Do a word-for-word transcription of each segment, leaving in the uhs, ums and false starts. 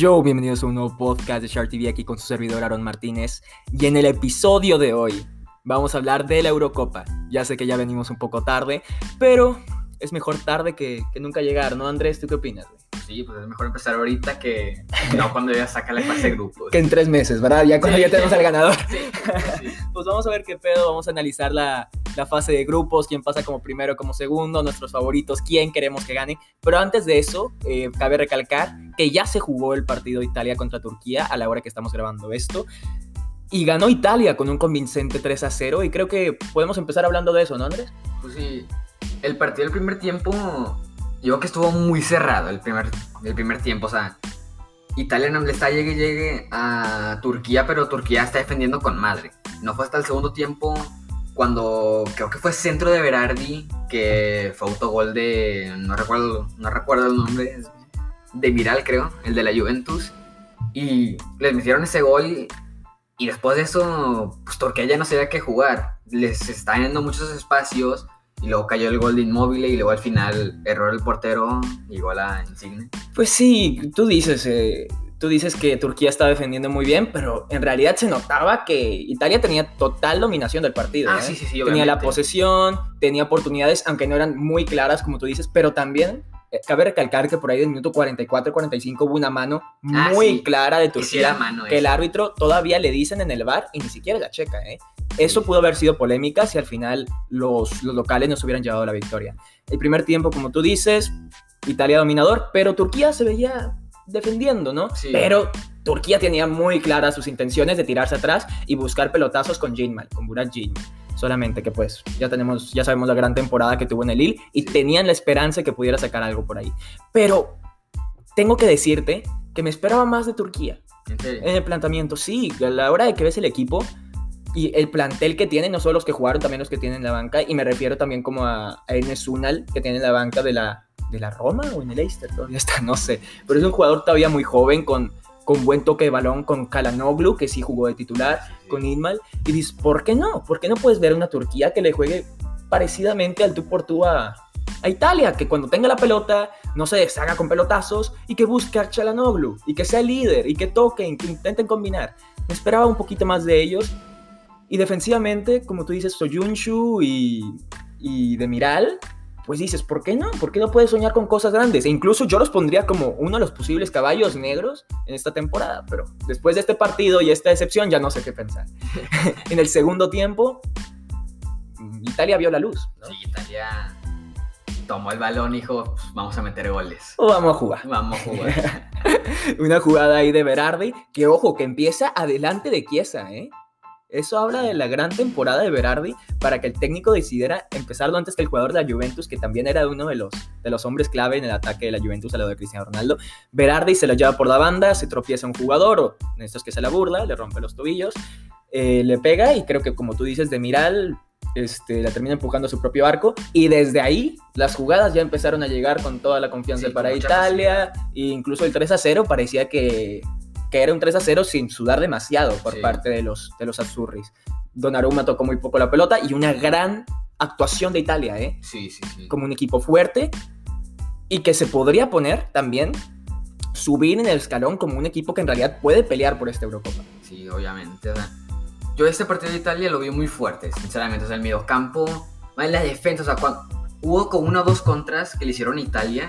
Yo, bienvenidos a un nuevo podcast de Shark T V aquí con su servidor Aaron Martínez. Y en el episodio de hoy vamos a hablar de la Eurocopa. Ya sé que ya venimos un poco tarde, pero es mejor tarde que, que nunca llegar, ¿no, Andrés? ¿Tú qué opinas, güey? Sí, pues es mejor empezar ahorita que no cuando ya saca la fase de grupos. Que en tres meses, ¿verdad? Ya cuando Sí. ya tenemos al ganador. Sí, sí. Pues vamos a ver qué pedo, vamos a analizar la, la fase de grupos, quién pasa como primero, como segundo, nuestros favoritos, quién queremos que gane. Pero antes de eso, eh, cabe recalcar que ya se jugó el partido Italia contra Turquía a la hora que estamos grabando esto. Y ganó Italia con un convincente tres a cero y creo que podemos empezar hablando de eso, ¿no, Andrés? Pues sí, el partido del primer tiempo, yo creo que estuvo muy cerrado el primer, el primer tiempo, o sea, Italia no le está llegue y llegue a Turquía, pero Turquía está defendiendo con madre. No fue hasta el segundo tiempo cuando creo que fue centro de Berardi, que fue autogol de, no recuerdo, no recuerdo el nombre, de Miral creo, el de la Juventus, y les metieron ese gol y, y después de eso, pues Turquía ya no sabía qué jugar, les estaban dando muchos espacios. Y luego cayó el gol de Immobile y luego al final error del portero y gol a Insigne. Pues sí, tú dices, eh, tú dices que Turquía está defendiendo muy bien, pero en realidad se notaba que Italia tenía total dominación del partido. Ah, ¿eh? sí, sí, sí, Tenía obviamente. la posesión, tenía oportunidades, aunque no eran muy claras, como tú dices, pero también eh, cabe recalcar que por ahí del minuto cuarenta y cuatro cuarenta y cinco hubo una mano Ah, muy sí, clara de que sí Turquía, era mano que el esa. árbitro todavía le dicen en el V A R y ni siquiera la checa, ¿eh? Eso pudo haber sido polémica si al final los, los locales nos hubieran llevado la victoria. El primer tiempo, como tú dices, Italia dominador, pero Turquía se veía defendiendo, ¿no? Sí. Pero Turquía tenía muy claras sus intenciones de tirarse atrás y buscar pelotazos con Ginmal, con Burak Ginmal. Solamente que pues ya tenemos, ya sabemos la gran temporada que tuvo en el Lille y Sí. tenían la esperanza de que pudiera sacar algo por ahí. Pero tengo que decirte que me esperaba más de Turquía. ¿En serio? En el planteamiento, sí, a la hora de que ves el equipo y el plantel que tienen, no solo los que jugaron, también los que tienen en la banca, y me refiero también como a, a Enes Unal, que tiene en la banca de la, de la Roma o en el Leicester, todavía está, no sé, pero es un jugador todavía muy joven, con, con buen toque de balón, con Çalhanoğlu, que sí jugó de titular, Sí, sí. con Inmal, y dices, ¿por qué no? ¿Por qué no puedes ver una Turquía que le juegue parecidamente al tú por tú a, a Italia, que cuando tenga la pelota no se deshaga con pelotazos y que busque a Çalhanoğlu, y que sea el líder, y que toquen, que intenten combinar? Me esperaba un poquito más de ellos. Y defensivamente, como tú dices, Soyuncu y, y Demiral, pues dices, ¿por qué no? ¿Por qué no puedes soñar con cosas grandes? E incluso yo los pondría como uno de los posibles caballos negros en esta temporada, pero después de este partido y esta decepción ya no sé qué pensar. En el segundo tiempo, Italia vio la luz, ¿no? Sí, Italia tomó el balón y dijo, pues, vamos a meter goles. O vamos a jugar. Vamos a jugar. Una jugada ahí de Berardi, que ojo, que empieza adelante de Chiesa, ¿eh? Eso habla de la gran temporada de Berardi para que el técnico decidiera empezarlo antes que el jugador de la Juventus, que también era uno de los, de los hombres clave en el ataque de la Juventus al lado de Cristiano Ronaldo. Berardi se lo lleva por la banda, se tropieza un jugador, o en estos que se la burla, le rompe los tobillos, eh, le pega y creo que, como tú dices, Demiral este, la termina empujando a su propio arco, y desde ahí las jugadas ya empezaron a llegar con toda la confianza Sí, para con mucha Italia, e incluso el tres a cero parecía que... que era un tres a cero sin sudar demasiado por Sí. parte de los, de los azzurris. Donnarumma tocó muy poco la pelota y una gran actuación de Italia, ¿eh? Sí, sí, sí. Como un equipo fuerte y que se podría poner también, subir en el escalón como un equipo que en realidad puede pelear por esta Eurocopa. Sí, obviamente. O sea, yo este partido de Italia lo vi muy fuerte, sinceramente. O sea, el mediocampo, en la defensa, o sea, cuando, hubo como una o dos contras que le hicieron a Italia.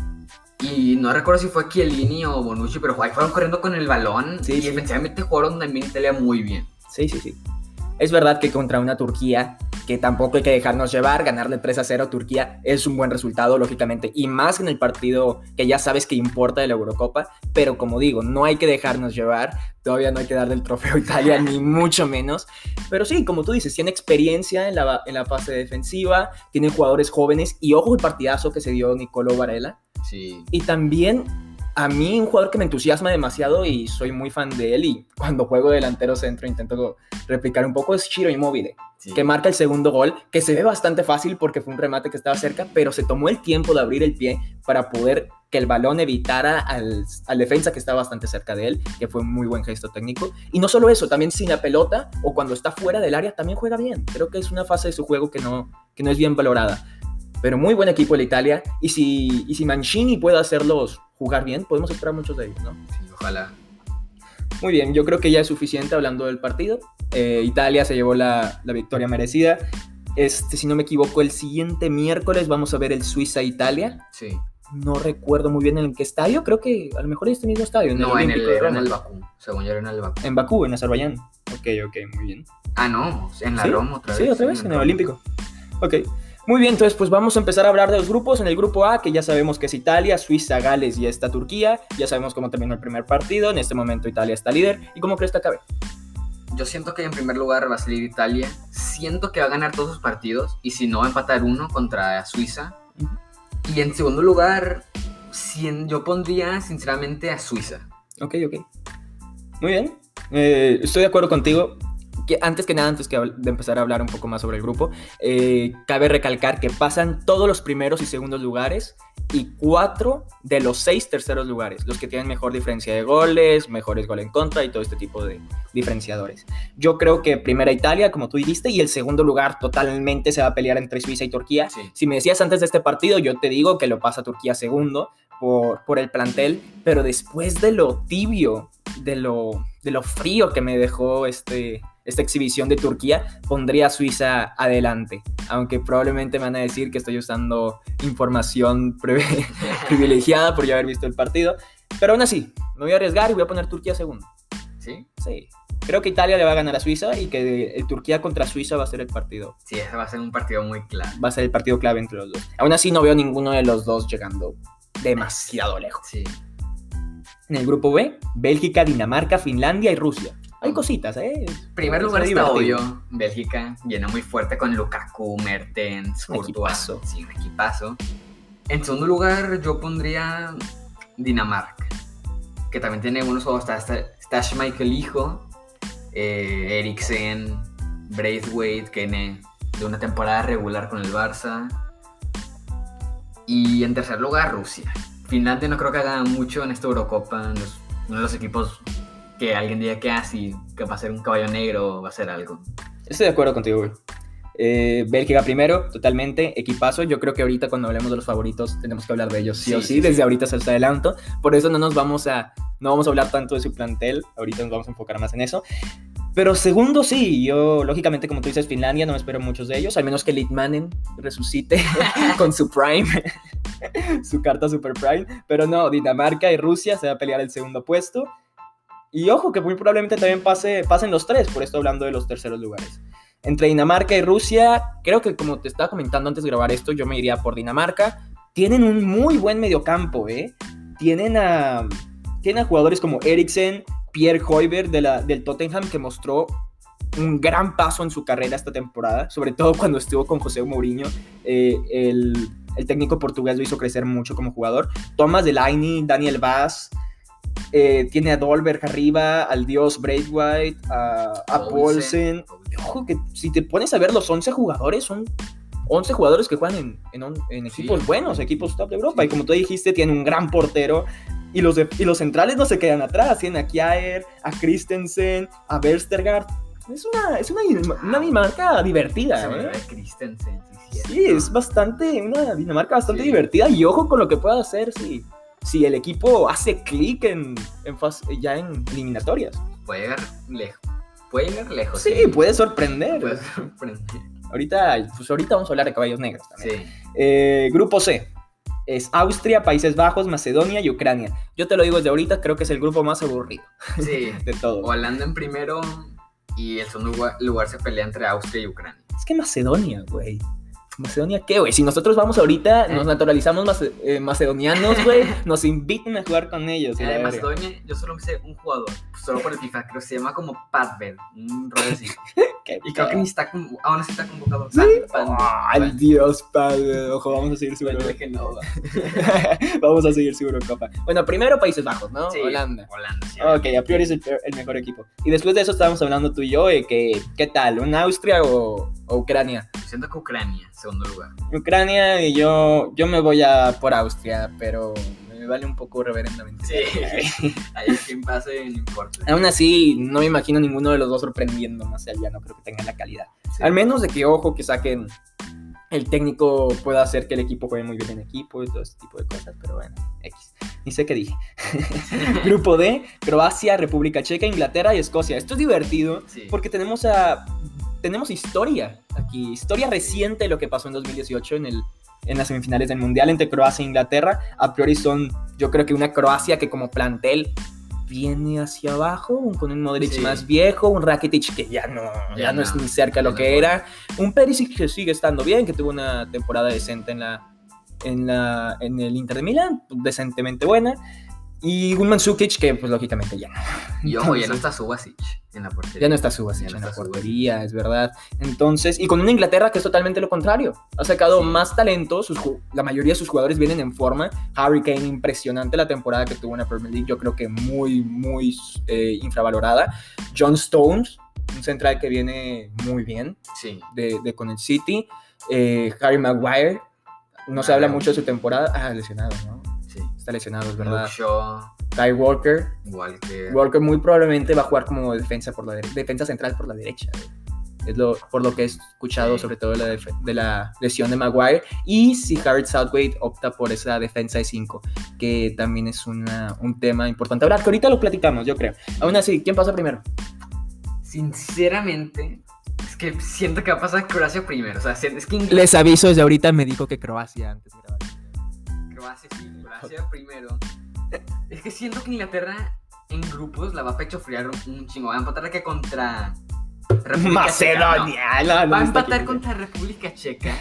Y no recuerdo si fue Chiellini o Bonucci, pero ahí fueron corriendo con el balón. Sí, y sí. defensivamente jugaron también Italia muy bien. Sí, sí, sí. Es verdad que contra una Turquía, que tampoco hay que dejarnos llevar, ganarle tres a cero a Turquía es un buen resultado, lógicamente, y más en el partido que ya sabes que importa de la Eurocopa, pero como digo, no hay que dejarnos llevar, todavía no hay que darle el trofeo a Italia, ni mucho menos, pero sí, como tú dices, tiene experiencia en la, en la fase defensiva, tiene jugadores jóvenes, y ojo el partidazo que se dio Nicolo Varela, Sí. y también a mí un jugador que me entusiasma demasiado y soy muy fan de él, y cuando juego delantero centro intento replicar un poco, es Ciro Immobile, Sí. que marca el segundo gol, que se ve bastante fácil porque fue un remate que estaba cerca, pero se tomó el tiempo de abrir el pie para poder que el balón evitara al, al defensa que estaba bastante cerca de él, que fue un muy buen gesto técnico. Y no solo eso, también sin la pelota o cuando está fuera del área también juega bien. Creo que es una fase de su juego que no, que no es bien valorada. Pero muy buen equipo el Italia, y si, y si Mancini puede hacerlos jugar bien, podemos esperar muchos de ellos, ¿no? Sí, ojalá. Muy bien, yo creo que ya es suficiente hablando del partido. Eh, Italia se llevó la, la victoria merecida. Este, si no me equivoco, el siguiente miércoles vamos a ver el Suiza-Italia. Sí. No recuerdo muy bien en qué estadio, creo que a lo mejor es este mismo estadio. En no, el en el, de era en Roma. el Bakú, según yo era en el Bakú. En Bakú, en Azerbaiyán. Ok, ok, muy bien. Ah, no, en la ¿Sí? Roma otra vez. Sí, otra vez, en el Roma. Olímpico. Ok, muy bien, entonces pues vamos a empezar a hablar de los grupos. En el grupo A, que ya sabemos que es Italia, Suiza, Gales y está Turquía. Ya sabemos cómo terminó el primer partido. En este momento Italia está líder. ¿Y cómo crees que acabe? Yo siento que en primer lugar va a salir Italia. Siento que va a ganar todos sus partidos. Y si no, va a empatar uno contra Suiza. Uh-huh. Y en segundo lugar, cien, yo pondría sinceramente a Suiza. Ok, ok. Muy bien. Eh, estoy de acuerdo contigo. Que antes que nada, antes que de empezar a hablar un poco más sobre el grupo, eh, cabe recalcar que pasan todos los primeros y segundos lugares y cuatro de los seis terceros lugares, los que tienen mejor diferencia de goles, mejores goles en contra y todo este tipo de diferenciadores. Yo creo que primera Italia, como tú dijiste, y el segundo lugar totalmente se va a pelear entre Suiza y Turquía. Sí. Si me decías antes de este partido, yo te digo que lo pasa Turquía segundo por, por el plantel, pero después de lo tibio, de lo, de lo frío que me dejó este... esta exhibición de Turquía, pondría a Suiza adelante, aunque probablemente me van a decir que estoy usando información pre- privilegiada por ya haber visto el partido, pero aún así, me voy a arriesgar y voy a poner Turquía segundo. ¿Sí? Sí, creo que Italia le va a ganar a Suiza y que el Turquía contra Suiza va a ser el partido, Sí, ese va a ser un partido muy claro. va a ser el partido clave entre los dos. Aún así no veo ninguno de los dos llegando demasiado lejos. Sí. En el grupo B, Bélgica, Dinamarca, Finlandia y Rusia. Hay cositas, ¿eh? En primer Es lugar muy está divertido. obvio, Bélgica, viene muy fuerte con Lukaku, Mertens, Un Courtois. equipazo. Sí, un equipazo. En segundo lugar, yo pondría Dinamarca, que también tiene buenos juegos. Está, está, está Schmeichel hijo, eh, Eriksen, Braithwaite, que viene de una temporada regular con el Barça. Y en tercer lugar, Rusia. Finlandia no creo que haga mucho en esta Eurocopa. Es uno de los equipos que alguien diga que así, que va a ser un caballo negro o va a ser algo. Estoy de acuerdo contigo, güey. Eh, Bélgica primero, totalmente, equipazo. Yo creo que ahorita cuando hablemos de los favoritos tenemos que hablar de ellos sí, sí o sí, sí desde sí. Ahorita se los adelanto. Por eso no nos vamos a, no vamos a hablar tanto de su plantel, ahorita nos vamos a enfocar más en eso. Pero segundo sí, yo lógicamente como tú dices Finlandia, no me espero muchos de ellos, al menos que Litmanen resucite con su Prime, su carta Super Prime. Pero no, Dinamarca y Rusia se va a pelear el segundo puesto. Y ojo que muy probablemente también pase, pasen los tres, por esto hablando de los terceros lugares. Entre Dinamarca y Rusia, creo que como te estaba comentando antes de grabar esto, yo me iría por Dinamarca. Tienen un muy buen mediocampo, ¿eh? Tienen a, tienen a jugadores como Eriksen, Pierre Højbjerg de la, del Tottenham, que mostró un gran paso en su carrera esta temporada, sobre todo cuando estuvo con José Mourinho. Eh, el, el técnico portugués lo hizo crecer mucho como jugador. Thomas Delaney, Daniel Vaz... Eh, tiene a Dolberg arriba, al dios Braithwaite, a, a Poulsen. Ojo que si te pones a ver los once jugadores, son once jugadores que juegan en, en, en equipos sí, buenos, equipos top de Europa. Sí. Y como tú dijiste, tiene un gran portero. Y los, de, y los centrales no se quedan atrás. Tienen a Kjaer, a Christensen, a Vestergaard. Es una, es una, una Dinamarca divertida. Se ¿eh? Christensen, sí, sí, es bastante, una Dinamarca bastante sí. divertida. Y ojo con lo que pueda hacer si... Sí. Si el equipo hace clic en, en fase, ya en eliminatorias. Puede llegar lejos. Puede llegar lejos. Sí, sí. puede sorprender. Puede sorprender. Ahorita, pues ahorita vamos a hablar de caballos negros también. Sí. Eh, grupo C. Es Austria, Países Bajos, Macedonia y Ucrania. Yo te lo digo desde ahorita, creo que es el grupo más aburrido. Sí. de todos. Holanda en primero y el segundo lugar, lugar se pelea entre Austria y Ucrania. Es que Macedonia, güey. ¿Macedonia qué, güey? Si nosotros vamos ahorita, ¿Eh? nos naturalizamos mace- eh, macedonianos, güey, nos invitan a jugar con ellos. En eh, Macedonia, yo solo me sé un jugador, solo por el FIFA, creo que se llama como Padved, un rollo así. Y creo que ni está, con, aún así está convocado. ¿Sí? ¡Ay, oh, Dios, Padved! Ojo, vamos a seguir su Eurocopa. No, vamos a seguir su Eurocopa. Bueno, primero Países Bajos, ¿no? Sí, Holanda. Holanda, sí. Ok, a priori es el, el mejor equipo. Y después de eso estábamos hablando tú y yo, de que, ¿qué tal? ¿Un Austria o, o Ucrania? Siento que Ucrania, segundo lugar. Ucrania y yo, yo me voy a por Austria, pero me vale un poco reverendamente. Sí, ahí quien pase no importa. Aún así, no me imagino ninguno de los dos sorprendiendo más allá, no creo que tengan la calidad. Sí. Al menos de que, ojo, que saquen, el técnico pueda hacer que el equipo juegue muy bien en equipo y todo ese tipo de cosas, pero bueno, X. ni sé qué dije. Grupo D, Croacia, República Checa, Inglaterra y Escocia. Esto es divertido sí. porque tenemos a tenemos historia aquí, historia reciente de lo que pasó en dos mil dieciocho en el en las semifinales del Mundial entre Croacia e Inglaterra. A priori son, yo creo que una Croacia que como plantel viene hacia abajo, con un Modric sí. más viejo, un Rakitic que ya no, ya ya no, no es ni cerca de lo que era, un Perisic que sigue estando bien, que tuvo una temporada decente en la en la en el Inter de Milán, decentemente buena, y un Mandzukic que pues lógicamente ya no. Y ojo, ya no está Subasic en la portería. Ya no está Subasic en no la portería, Subasic. Es verdad. Entonces, y con una Inglaterra que es totalmente lo contrario. Ha sacado sí. más talento, sus, la mayoría de sus jugadores vienen en forma. Harry Kane, impresionante la temporada que tuvo en la Premier League, yo creo que muy, muy eh, infravalorada. John Stones, un central que viene muy bien sí. de, de con el City. Eh, Harry Maguire, no ah, se habla mucho de su temporada. Ah, lesionado, ¿no? Sí. Está lesionado, es verdad. Shaw, Kyle Walker. Walker. Walker muy probablemente va a jugar como defensa por la dere- defensa central por la derecha. Es lo, por lo que he escuchado, sí. sobre todo de la, def- de la lesión de Maguire. Y si Gareth Southgate opta por esa defensa de cinco, que también es una, un tema importante hablar, que ahorita lo platicamos, yo creo. Aún así, ¿quién pasa primero? Sinceramente, es que siento que va a pasar Croacia primero. O sea, es que Ingl- Les aviso desde ahorita, me dijo que Croacia antes de grabar. Croacia sí, Croacia primero. Es que siento que Inglaterra en grupos la va a pechofriar un, un chingo. Va a empatar que contra República Macedonia. Checa, no. No, no va a empatar contra República Checa.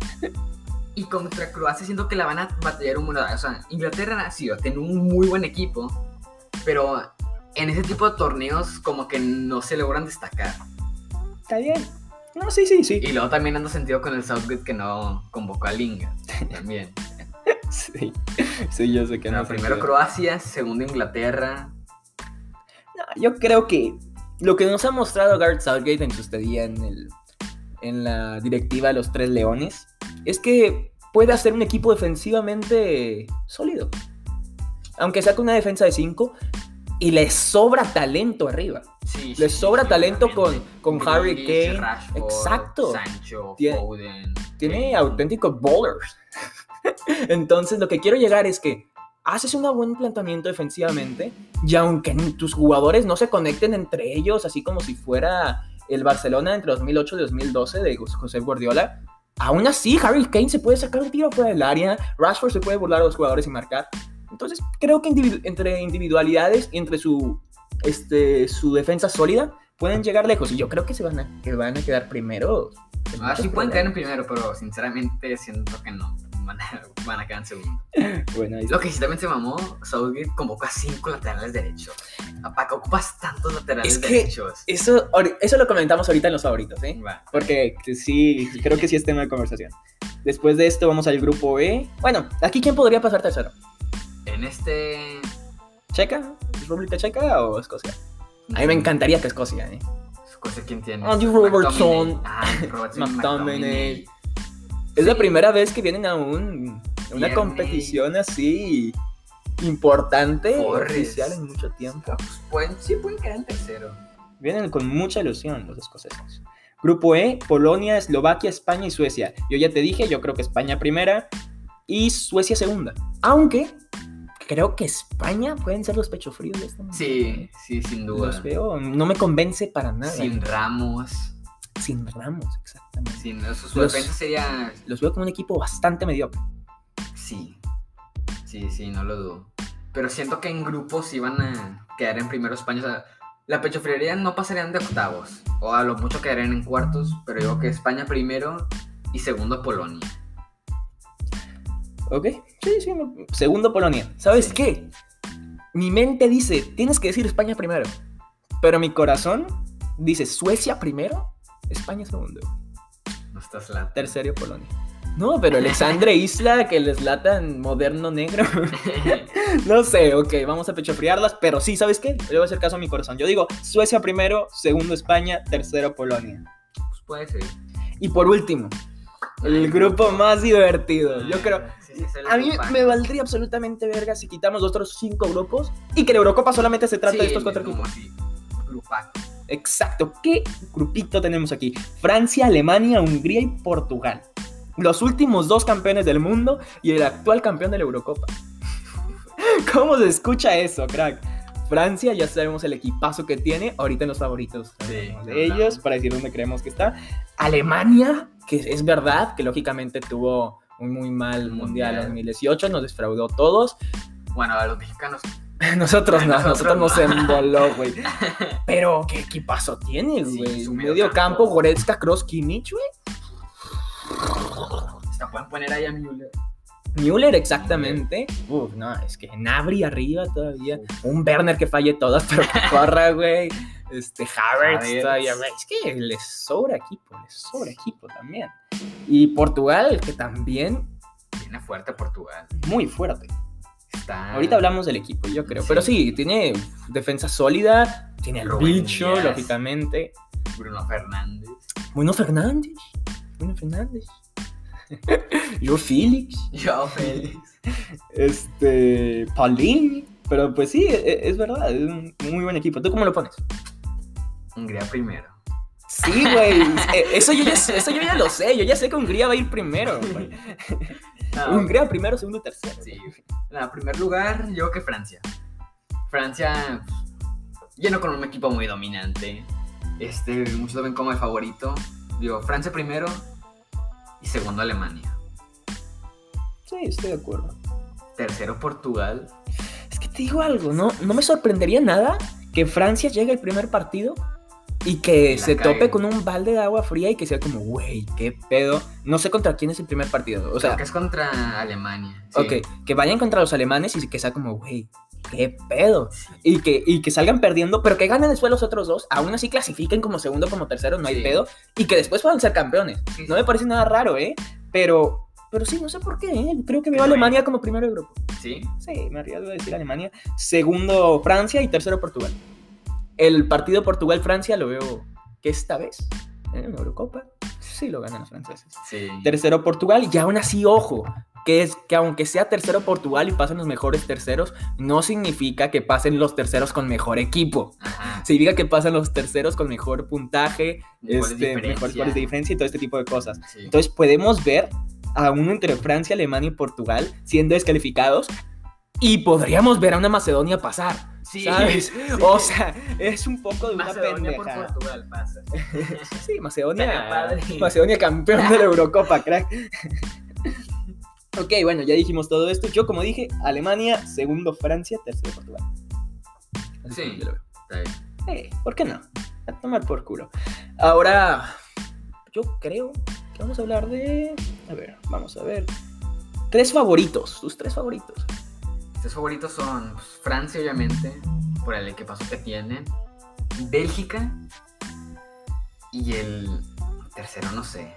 Y contra Croacia siento que la van a batallar un buen. O sea, Inglaterra ha sido, tiene un muy buen equipo, pero en ese tipo de torneos como que no se logran destacar. Está bien. No, sí, sí, sí. Y luego también ando sentido con el Southgate que no convocó a Lingard. También. Sí, sí, yo sé que no. no primero sentido. Croacia, segundo Inglaterra. No, yo creo que lo que nos ha mostrado Gareth Southgate en su estadía en, el, en la directiva de los Tres Leones es que puede hacer un equipo defensivamente sólido. Aunque saque una defensa de cinco y le sobra talento arriba. Sí, le sí, sobra sí, talento con, con Grealish, Harry Kane. Rashford, Exacto. Sancho, tiene, Foden. Tiene auténticos bowlers. Entonces, lo que quiero llegar es que haces un buen planteamiento defensivamente y aunque tus jugadores no se conecten entre ellos, así como si fuera el Barcelona entre dos mil ocho y dos mil doce de José Guardiola, aún así Harry Kane se puede sacar un tiro fuera del área, Rashford se puede burlar a los jugadores y marcar. Entonces, creo que individu- entre individualidades y entre su, este, su defensa sólida pueden llegar lejos y yo creo que se van a, que van a quedar primeros. Ah, sí pueden quedar en primero, pero sinceramente siento que no. Van a, van a quedar en segundo. Bueno, lo que sí también se mamó, Southgate convocó a cinco laterales derechos. ¿Para qué ocupas tantos laterales es que derechos? Eso, eso lo comentamos ahorita en los favoritos, ¿eh? Va. Porque sí, creo que sí es tema de conversación. Después de esto vamos al grupo E. Bueno, ¿aquí quién podría pasar tercero? En este... ¿Checa? ¿República Checa o Escocia? A mí me encantaría que Escocia, ¿eh? Escocia, ¿quién tiene? Andy Robertson. Ah, Robertson McTominay. Es sí. la primera vez que vienen a un, una Tierney. competición así importante, Forres. oficial en mucho tiempo. Pues pueden, sí pueden quedar en tercero. Vienen con mucha ilusión los escoceses. Grupo E, Polonia, Eslovaquia, España y Suecia. Yo ya te dije, yo creo que España primera y Suecia segunda. Aunque creo que España pueden ser los pechofríos de esta manera. Sí, sí, sin duda. Los veo, no me convence para nada. Sin Ramos. Sin Ramos, exactamente. Sin, eso, su los, defensa sería... Los veo como un equipo bastante mediocre. Sí, sí, sí, no lo dudo. Pero siento que en grupos iban a quedar en primero España. O sea, la pechofriería no pasarían de octavos. O a lo mucho quedarían en cuartos. Pero digo que España primero y segundo Polonia. Ok, sí, sí. No. Segundo Polonia. ¿Sabes sí. qué? Mi mente dice, tienes que decir España primero. Pero mi corazón dice Suecia primero. España segundo. No estás lata. Tercero Polonia. No, pero Alexandre Isla, que les latan moderno negro. No sé, ok, vamos a pechofriarlas, pero sí, ¿sabes qué? Le voy a hacer caso a mi corazón. Yo digo Suecia primero, segundo España, tercero Polonia. Pues puede ser. Y por último, el grupo más divertido. Yo creo... Sí, sí, a mí me valdría absolutamente verga si quitamos los otros cinco grupos y que la Eurocopa solamente se trata sí, de estos cuatro equipos. Sí, grupaco. Exacto, ¿qué grupito tenemos aquí? Francia, Alemania, Hungría y Portugal. Los últimos dos campeones del mundo y el actual campeón de la Eurocopa. ¿Cómo se escucha eso, crack? Francia, ya sabemos el equipazo que tiene. Ahorita en los favoritos Sí, de ellos, para decir dónde creemos que está. Alemania, que es verdad que lógicamente tuvo un muy mal mundial en dos mil dieciocho, nos defraudó a todos. Bueno, a los mexicanos. Nosotros no, Nosotros nosotros nos no. emboló, güey. Pero qué equipazo tiene, Sí, güey. su Medio mediocampo. campo, Goretzka, Kroos, Kimmich, güey. Hasta pueden poner ahí a Müller. Müller, exactamente. Uf, no, es que Gnabry arriba todavía. Un Werner que falle todas, pero que corra, güey. Este, Havertz Havertz. todavía, güey. Es que les sobra equipo, les sobra equipo también. Y Portugal, que también Viene fuerte Portugal. muy fuerte. Está... Ahorita hablamos del equipo, yo creo. Sí. Pero sí, tiene defensa sólida, tiene el Rubén bicho, Díaz. lógicamente. Bruno Fernández. Bueno, Fernández. Bueno, Fernández. Yo, Félix. Joao Félix. Este. Paulín. Pero pues sí, e- es verdad, es un muy buen equipo. ¿Tú cómo lo pones? Hungría primero. Sí, güey. eh, Eso yo, ya, eso yo ya lo sé. Yo ya sé que Hungría va a ir primero, güey. No, Hungría primero, segundo, tercero. Sí. En primer lugar, yo creo que Francia. Francia lleno con un equipo muy dominante. Este, muchos lo ven como el favorito. Digo, Francia primero y segundo Alemania. Sí, estoy de acuerdo. Tercero Portugal. Es que te digo algo, ¿no? No me sorprendería nada que Francia llegue al primer partido y que Y la se cague. tope con un balde de agua fría y que sea como, güey, qué pedo. No sé contra quién es el primer partido. O sea, Creo que es contra Alemania. Sí. ok, que vayan contra los alemanes y que sea como, güey, qué pedo. Y que, y que salgan perdiendo, pero que ganen después los otros dos. Aún así clasifiquen como segundo, como tercero, no hay Sí. pedo. Y que después puedan ser campeones. Sí, No sí. me parece nada raro, ¿eh? Pero, pero sí, no sé por qué, ¿eh? Creo que veo a Pero, Alemania como primero de grupo. Sí. Sí, me arriesgo a decir Alemania. Segundo, Francia y tercero, Portugal. El partido Portugal-Francia lo veo que esta vez en la Eurocopa sí lo ganan los franceses. Sí. Tercero, Portugal. Y aún así, ojo, que es que aunque sea tercero Portugal y pasen los mejores terceros, no significa que pasen los terceros con mejor equipo. Ajá. Significa que pasan los terceros con mejor puntaje, Goles este, diferencia. mejores goles de diferencia y todo este tipo de cosas. Sí. Entonces podemos ver a uno entre Francia, Alemania y Portugal siendo descalificados y podríamos ver a una Macedonia pasar. Sí. ¿Sabes? Sí. O sea, es un poco de una Macedonia por pendeja. Portugal pasa. Sí, Macedonia. Estaría padre. Macedonia campeón de la Eurocopa, crack. Ok, bueno, ya dijimos todo esto. Yo, como dije, Alemania, segundo Francia, tercero Portugal. Así Sí. como yo lo veo. Está bien. Eh, ¿por qué no? A tomar por culo. Ahora, yo creo que vamos a hablar de... A ver, vamos a ver. Tres favoritos, tus tres favoritos. Mis favoritos son pues, Francia, obviamente, por el equipazo que tienen. Bélgica. Y el tercero, no sé.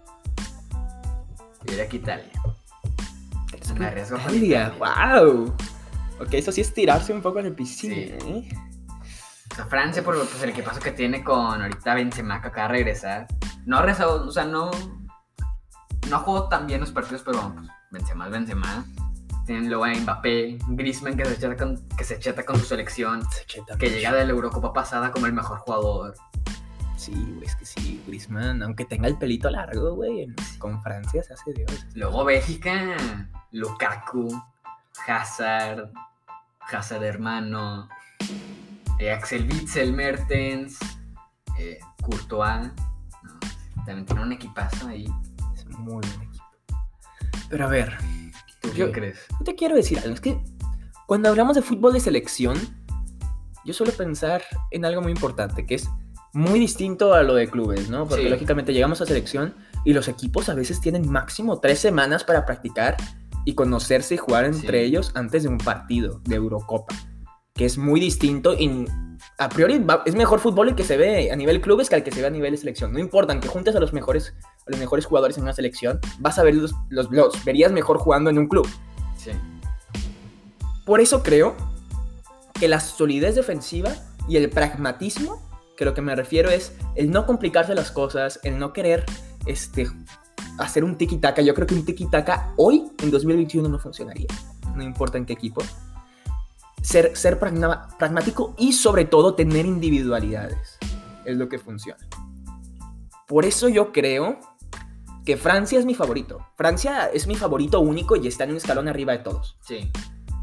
Yo diría que Italia. Me arriesgo con Italia, Italia. wow. Ok, eso sí es tirarse un poco en el piscina, Sí. ¿eh? O sea, Francia por pues, el equipazo que tiene con ahorita Benzema que acaba de regresar. No ha regresado, o sea, no... No jugó tan bien los partidos, pero pues, Benzema es Benzema. Tienen luego a Mbappé, Griezmann que se cheta con, que se cheta con su selección. Se cheta Que mucho. llega de la Eurocopa pasada como el mejor jugador. Sí, güey, es que sí, Griezmann, aunque tenga el pelito largo, güey, en- con Francia se hace Dios. Luego Bélgica, Lukaku, Hazard, Hazard hermano, eh, Axel Witsel, Mertens, eh, Courtois. No, también tiene un equipazo ahí. Es un muy buen equipo. Pero a ver, ¿Tú Yo- qué crees? yo te quiero decir algo, es que cuando hablamos de fútbol de selección, yo suelo pensar en algo muy importante, que es muy distinto a lo de clubes, ¿no? Porque Sí. lógicamente llegamos a selección y los equipos a veces tienen máximo tres semanas para practicar y conocerse y jugar entre Sí. ellos antes de un partido de Eurocopa, que es muy distinto y a priori va- es mejor fútbol el que se ve a nivel clubes que el que se ve a nivel de selección. No importa, que juntes a los mejores, a los mejores jugadores en una selección, vas a ver los, los, los verías mejor jugando en un club. Sí. Por eso creo que la solidez defensiva y el pragmatismo, que lo que me refiero es el no complicarse las cosas, el no querer este, hacer un tiki-taka. Yo creo que un tiki-taka hoy, en dos mil veintiuno, no funcionaría. No importa en qué equipo. Ser, ser pragma- pragmático y sobre todo tener individualidades es lo que funciona. Por eso yo creo que Francia es mi favorito. Francia es mi favorito único y está en un escalón arriba de todos. Sí.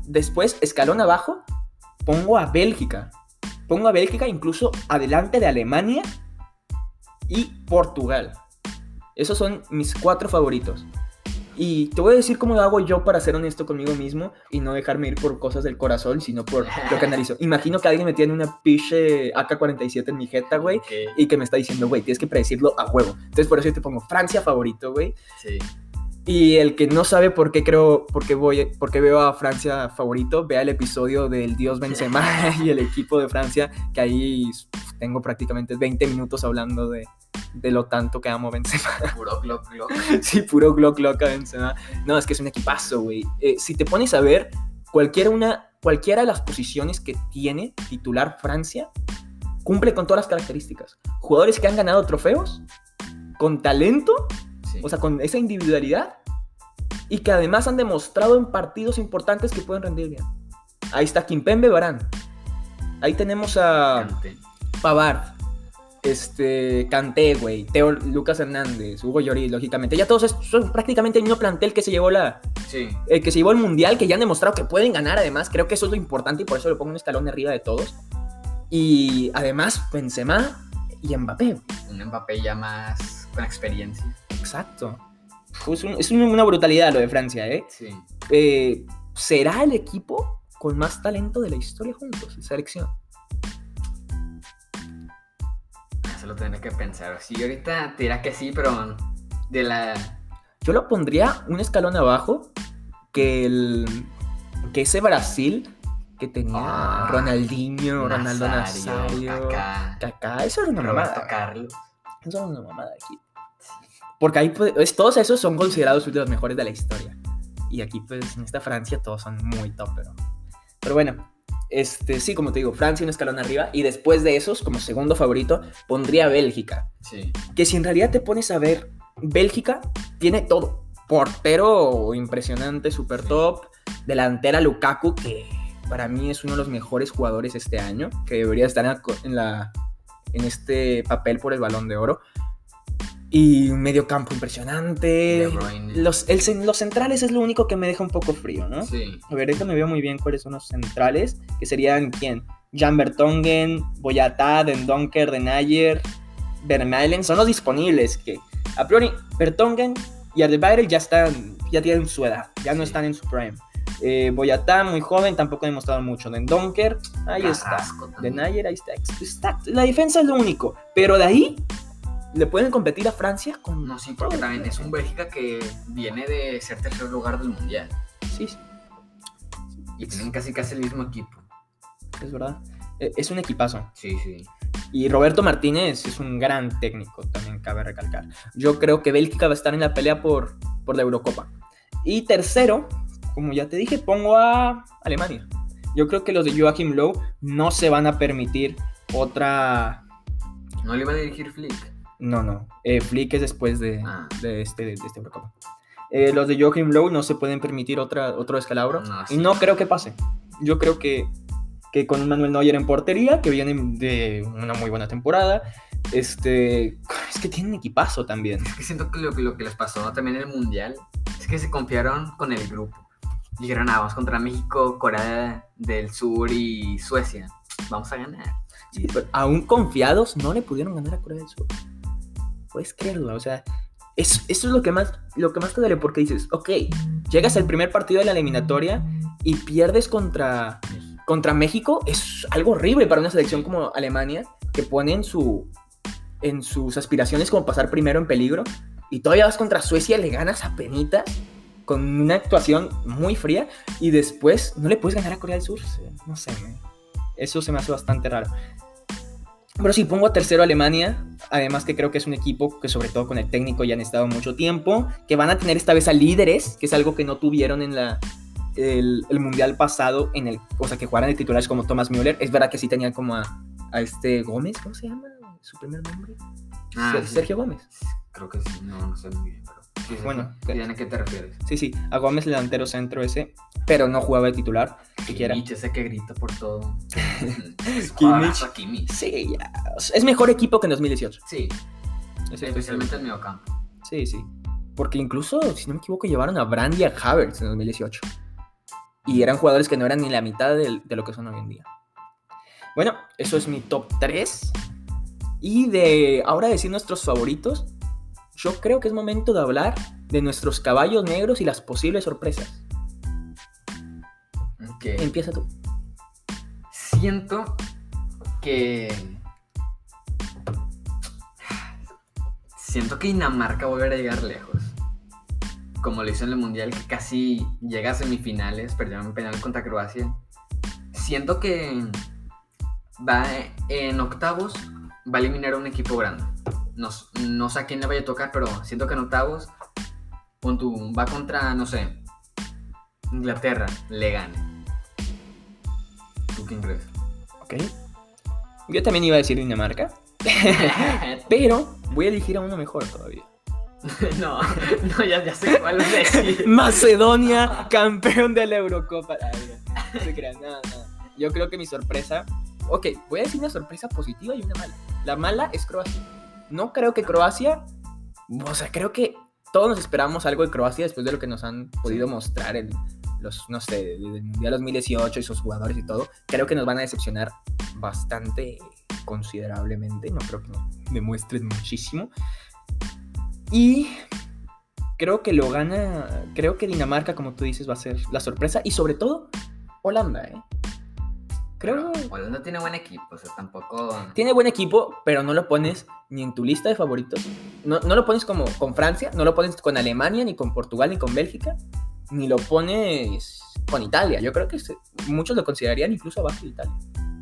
Después, escalón abajo, pongo a Bélgica. Pongo a Bélgica incluso adelante de Alemania y Portugal. Esos son mis cuatro favoritos. Y te voy a decir cómo lo hago yo para ser honesto conmigo mismo y no dejarme ir por cosas del corazón, sino por lo que analizo. Imagino que alguien me tiene una pinche A K cuarenta y siete en mi jeta, güey, Okay. y que me está diciendo, güey, tienes que predecirlo a huevo. Entonces por eso yo te pongo Francia favorito, güey. Sí. Y el que no sabe por qué creo, por qué voy, por qué veo a Francia favorito, vea el episodio del Dios Benzema y el equipo de Francia, que ahí tengo prácticamente veinte minutos hablando de, de lo tanto que amo a Benzema. Puro glock glock. Sí, puro glock glock a Benzema. No, es que es un equipazo, güey. Eh, si te pones a ver, cualquiera, una, cualquiera de las posiciones que tiene titular Francia, cumple con todas las características. Jugadores que han ganado trofeos, con talento, Sí. o sea, con esa individualidad, y que además han demostrado en partidos importantes que pueden rendir bien. Ahí está Kimpembe, Varane. Ahí tenemos a Kanté. Pavard, este, Kanté, güey, Teo, Lucas Hernández, Hugo Lloris, lógicamente. Ya todos estos son prácticamente el mismo plantel que se llevó la, Sí. el que se llevó el Mundial, que ya han demostrado que pueden ganar. Además, creo que eso es lo importante y por eso lo pongo un escalón arriba de todos. Y además, Benzema y Mbappé. Un Mbappé ya más con experiencia. Exacto. Es, un, es una brutalidad lo de Francia, ¿eh? Sí. Eh, ¿será el equipo con más talento de la historia juntos, en selección? Eso lo tendré que pensar. Sí, ahorita te dirá que sí, pero de la... Yo lo pondría un escalón abajo que el que ese Brasil que tenía Ah, Ronaldinho, Ronaldo Nazario, Nazario, Kaká, Kaká, eso era una Roberto mamada. Carlos. Eso era una mamada aquí. Porque ahí pues, es- todos esos son considerados de los mejores de la historia. Y aquí pues en esta Francia todos son muy top, pero pero bueno, este sí, como te digo, Francia un escalón arriba y después de esos como segundo favorito pondría a Bélgica. Sí. Que si en realidad te pones a ver, Bélgica tiene todo. Portero impresionante, super Sí. top. Delantera Lukaku, que para mí es uno de los mejores jugadores este año, que debería estar en, la, co- en, la- en este papel por el Balón de Oro. Y un medio campo impresionante. De Bruyne. Los, el cen- los centrales es lo único que me deja un poco frío, ¿no? Sí. A ver, déjame ver muy bien cuáles son los centrales, que serían, ¿quién? Jan Vertonghen, Boyata, Den Donker, Den Ayer, Vermaelen, son los disponibles, que a priori Vertonghen y Alderweireld ya están, ya tienen su edad, ya no Sí. están en su prime. Eh, Boyata, muy joven, tampoco ha demostrado mucho. Den Donker, ahí Carrasco está. también. Den Ayer, ahí está. está. La defensa es lo único, pero de ahí le pueden competir a Francia con... No, sí, porque también es un Bélgica que viene de ser tercer lugar del Mundial. Sí, sí, Y tienen casi casi el mismo equipo. es verdad. Eh, Es un equipazo. Sí, sí. Y Roberto Martínez es un gran técnico, también cabe recalcar. Yo creo que Bélgica va a estar en la pelea por, por la Eurocopa. Y tercero, como ya te dije, pongo a Alemania. Yo creo que los de Joachim Löw no se van a permitir otra... ¿No le iba a dirigir Flick? No, no. Eh, Flick es después de, Ah. de, este, de este Eurocopa. Eh, los de Joachim Löw no se pueden permitir otra, otro descalabro. No, y sí. no creo que pase. Yo creo que, que con Manuel Neuer en portería, que viene de una muy buena temporada, este, es que tienen equipazo también. Es que siento que lo, lo que les pasó también en el Mundial es que se confiaron con el grupo. Dijeron, ah, vamos contra México, Corea del Sur y Suecia. Vamos a ganar. Sí, pero aún confiados no le pudieron ganar a Corea del Sur. Puedes creerlo, o sea, es, eso es lo que más, lo que más te duele porque dices, ok, llegas al primer partido de la eliminatoria y pierdes contra, contra México, es algo horrible para una selección como Alemania, que pone en, su, en sus aspiraciones como pasar primero en peligro, y todavía vas contra Suecia, le ganas a penitas, con una actuación muy fría, y después no le puedes ganar a Corea del Sur, no sé, me- eso se me hace bastante raro. Pero sí, pongo a tercero a Alemania, además que creo que es un equipo que sobre todo con el técnico ya han estado mucho tiempo, que van a tener esta vez a líderes, que es algo que no tuvieron en la, el, el Mundial pasado, en el, o sea, que jugaran de titulares como Thomas Müller. Es verdad que sí tenían como a, a este Gómez, ¿cómo se llama? ¿Su primer nombre? Ah, Ser- sí. Sergio Gómez. Creo que sí, no, no sé muy bien, pero... Sí, sí, Bueno, sí. ¿Y a qué te refieres? Sí, sí, a Gómez, el delantero centro ese, pero no jugaba de titular, siquiera. Kimmich, ese que grita por todo. Kimmich. Jugadorazo Kimmich. Sí, ya. Es mejor equipo que en dos mil dieciocho. Sí, Ese- especialmente el mediocampo. Sí, sí. Porque incluso, si no me equivoco, llevaron a Brandt y a Havertz en dos mil dieciocho. Y eran jugadores que no eran ni la mitad de, de lo que son hoy en día. Bueno, eso es mi top tres. Y de ahora decir nuestros favoritos, yo creo que es momento de hablar de nuestros caballos negros y las posibles sorpresas. Okay. Empieza tú. Siento que... Siento que Dinamarca va a volver a llegar lejos. Como lo hizo en el Mundial, que casi llega a semifinales, perdió en penal contra Croacia. Siento que va en octavos, va a eliminar a un equipo grande. No, no sé a quién le vaya a tocar, pero siento que en octavos punto, va contra, no sé, Inglaterra, le gane. ¿Tú quién crees? Ok. Yo también iba a decir Dinamarca. Pero voy a elegir a uno mejor todavía. No, no, ya, ya sé cuál es decir. Macedonia, campeón de la Eurocopa. Ay, no se crean, nada, nada. Yo creo que mi sorpresa... Ok, voy a decir una sorpresa positiva y una mala. La mala es Croacia. No creo que Croacia... O sea, creo que todos nos esperamos algo de Croacia después de lo que nos han podido mostrar en los, no sé, desde el Mundial dos mil dieciocho y sus jugadores y todo. Creo que nos van a decepcionar bastante, considerablemente. No creo que nos demuestren muchísimo. Y creo que lo gana, creo que Dinamarca, como tú dices, va a ser la sorpresa. Y sobre todo, Holanda, ¿eh? Creo... Pero Holanda tiene buen equipo, o sea, tampoco... Tiene buen equipo, pero no lo pones ni en tu lista de favoritos. No, no lo pones como con Francia, no lo pones con Alemania, ni con Portugal, ni con Bélgica. Ni lo pones con Italia. Yo creo que se, muchos lo considerarían incluso abajo de Italia.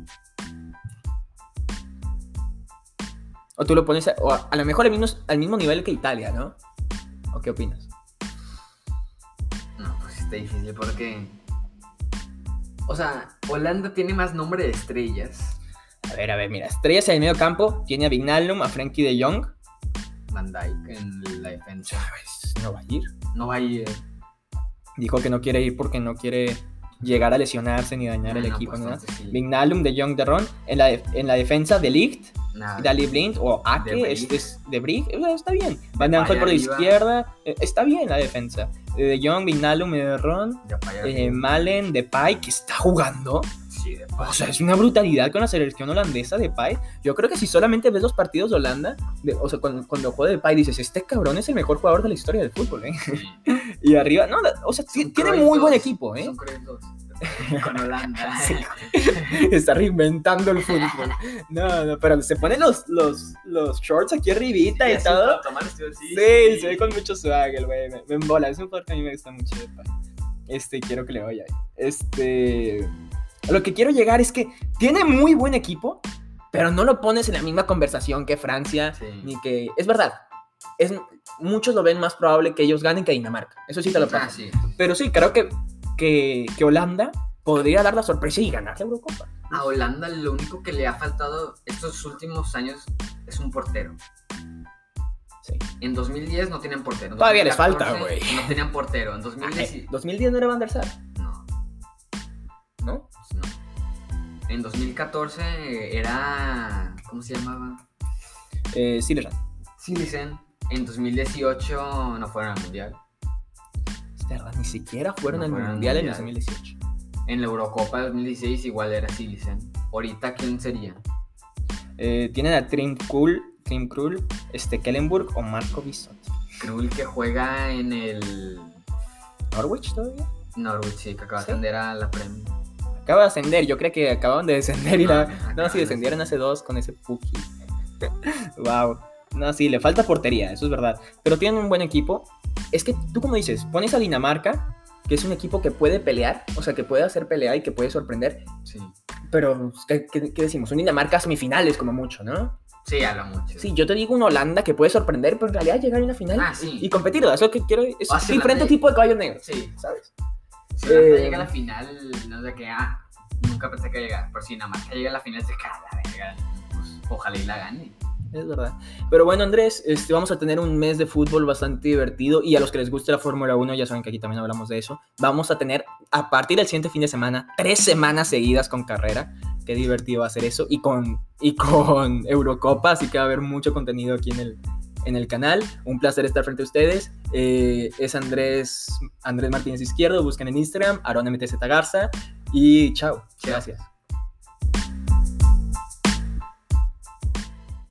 O tú lo pones a, o a, a lo mejor al mismo, al mismo nivel que Italia, ¿no? ¿O qué opinas? No, pues está difícil porque... O sea, Holanda tiene más nombre de estrellas. A ver, a ver, mira. Estrellas en el medio campo. Tiene a Wijnaldum, a Frenkie de Jong. Van Dijk en la defensa. No va a ir. No va a ir. Dijo que no quiere ir porque no quiere llegar a lesionarse ni dañar No, el no, equipo. pues ¿no? entonces sí. Wijnaldum, de Jong, de Ron. En la, en la defensa, de Ligt. Nada. Dali Blind o De Ake, Brig. es, es de Brig, o sea, está bien. Van Aanholt por la arriba. izquierda, eh, está bien la defensa. Eh, De Jong, Wijnaldum, de Ron, De Depay eh, arriba. Malen, Depay, que está jugando. Sí, de Depay. O sea, es una brutalidad con la selección holandesa de Depay. Yo creo que si solamente ves los partidos de Holanda, de, o sea, cuando, cuando juega Depay dices, este cabrón es el mejor jugador de la historia del fútbol, ¿eh? Sí. Y arriba, no, o sea, Son tiene Cruyff muy buen dos. equipo, ¿eh? Son Cruyff dos. Con Holanda. Sí. Está reinventando el fútbol. No, no, pero se ponen los, los, los shorts aquí arribita Sí, y así, todo. para tomar estudio, sí, Sí, sí. se ve con mucho swag el güey. Me, me embola, es un jugador que a mí me gusta mucho de Depay. Este, quiero que le vaya. Este, a lo que quiero llegar es que tiene muy buen equipo, pero no lo pones en la misma conversación que Francia, Sí. ni que... Es verdad, es, muchos lo ven más probable que ellos ganen que Dinamarca. Eso sí te lo paso. Ah, sí. Pero sí, creo que, que, que Holanda podría dar la sorpresa y ganar la Eurocopa. A Holanda lo único que le ha faltado estos últimos años es un portero. Sí. En dos mil diez no tenían portero. En Todavía les dos mil catorce falta, güey. No tenían portero. En dos mil diez Eh, dos mil diez no era Van der Sar, no, ¿no? no. En dos mil catorce era... ¿Cómo se llamaba? Eh, sí, Legrand. Silicen. En dos mil dieciocho no fueron al Mundial. Es verdad, ni siquiera fueron No al fueron al Mundial en el Mundial. dos mil dieciocho. En la Eurocopa dos mil dieciséis igual era Silicen. Ahorita, ¿quién sería? Eh, tienen a Trim Krul, Trim Krul, este, Kellenburg o Marco Bisot. Krul, que juega en el ¿Norwich todavía? Norwich, sí, que acaba de ¿Sí? ascender a la Premier. Acaba de ascender, yo creo que acaban de descender y No, la... acaban No, sí, de descendieron hace dos con ese Puki. Wow. No, sí, le falta portería, eso es verdad. Pero tienen un buen equipo. Es que tú, como dices, pones a Dinamarca, que es un equipo que puede pelear, o sea, que puede hacer pelea y que puede sorprender. Sí. Pero, ¿qué, qué, qué decimos? Un Dinamarca semifinales como mucho, ¿no? Sí, a lo mucho. Sí, yo te digo un Holanda que puede sorprender, pero en realidad llegar a una final Ah, sí. y, y competir. Eso es lo que quiero. Es Ah, sí, diferente la- tipo de caballo negro, Sí. ¿sabes? Si Holanda Eh, llega a la final, no sé qué, ah, nunca pensé que llegara. Pero si Dinamarca llega a la final, se cae la verga. Pues ojalá y la gane. Es verdad. Pero bueno, Andrés, este, vamos a tener un mes de fútbol bastante divertido. Y a los que les guste la Fórmula uno, ya saben que aquí también hablamos de eso. Vamos a tener, a partir del siguiente fin de semana, tres semanas seguidas con carrera. Qué divertido va a ser eso. Y con, y con Eurocopa, así que va a haber mucho contenido aquí en el, en el canal. Un placer estar frente a ustedes. Eh, es Andrés, Andrés Martínez Izquierdo, busquen en Instagram, Aaron M T Z Garza, y chao, gracias.